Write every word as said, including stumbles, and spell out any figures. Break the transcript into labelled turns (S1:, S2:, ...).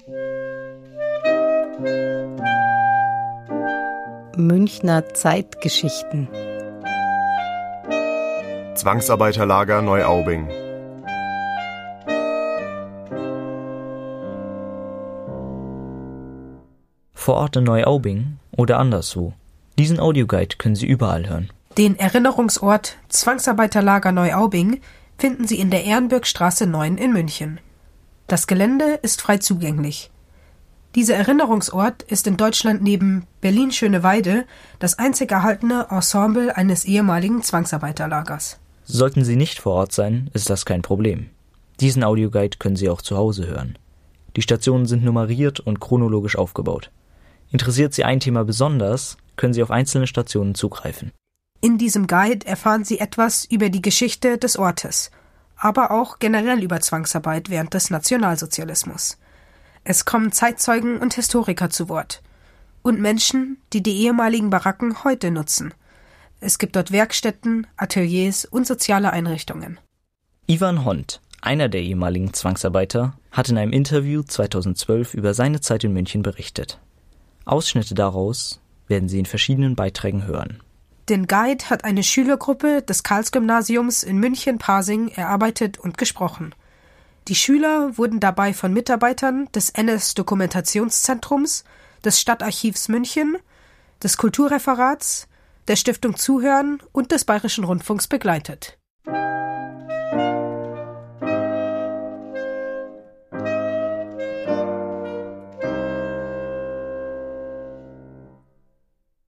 S1: Münchner Zeitgeschichten.
S2: Zwangsarbeiterlager Neuaubing.
S3: Vor Ort in Neuaubing oder anderswo. Diesen Audioguide können Sie überall hören.
S4: Den Erinnerungsort Zwangsarbeiterlager Neuaubing finden Sie in der Ehrenbürgstraße neun in München. Das Gelände ist frei zugänglich. Dieser Erinnerungsort ist in Deutschland neben Berlin-Schöneweide das einzig erhaltene Ensemble eines ehemaligen Zwangsarbeiterlagers.
S3: Sollten Sie nicht vor Ort sein, ist das kein Problem. Diesen Audioguide können Sie auch zu Hause hören. Die Stationen sind nummeriert und chronologisch aufgebaut. Interessiert Sie ein Thema besonders, können Sie auf einzelne Stationen zugreifen.
S4: In diesem Guide erfahren Sie etwas über die Geschichte des Ortes, aber auch generell über Zwangsarbeit während des Nationalsozialismus. Es kommen Zeitzeugen und Historiker zu Wort und Menschen, die die ehemaligen Baracken heute nutzen. Es gibt dort Werkstätten, Ateliers und soziale Einrichtungen.
S3: Ivan Hont, einer der ehemaligen Zwangsarbeiter, hat in einem Interview zweitausendzwölf über seine Zeit in München berichtet. Ausschnitte daraus werden Sie in verschiedenen Beiträgen hören.
S4: Den Guide hat eine Schülergruppe des Karls-Gymnasiums in München-Pasing erarbeitet und gesprochen. Die Schüler wurden dabei von Mitarbeitern des N S-Dokumentationszentrums, des Stadtarchivs München, des Kulturreferats, der Stiftung Zuhören und des Bayerischen Rundfunks begleitet.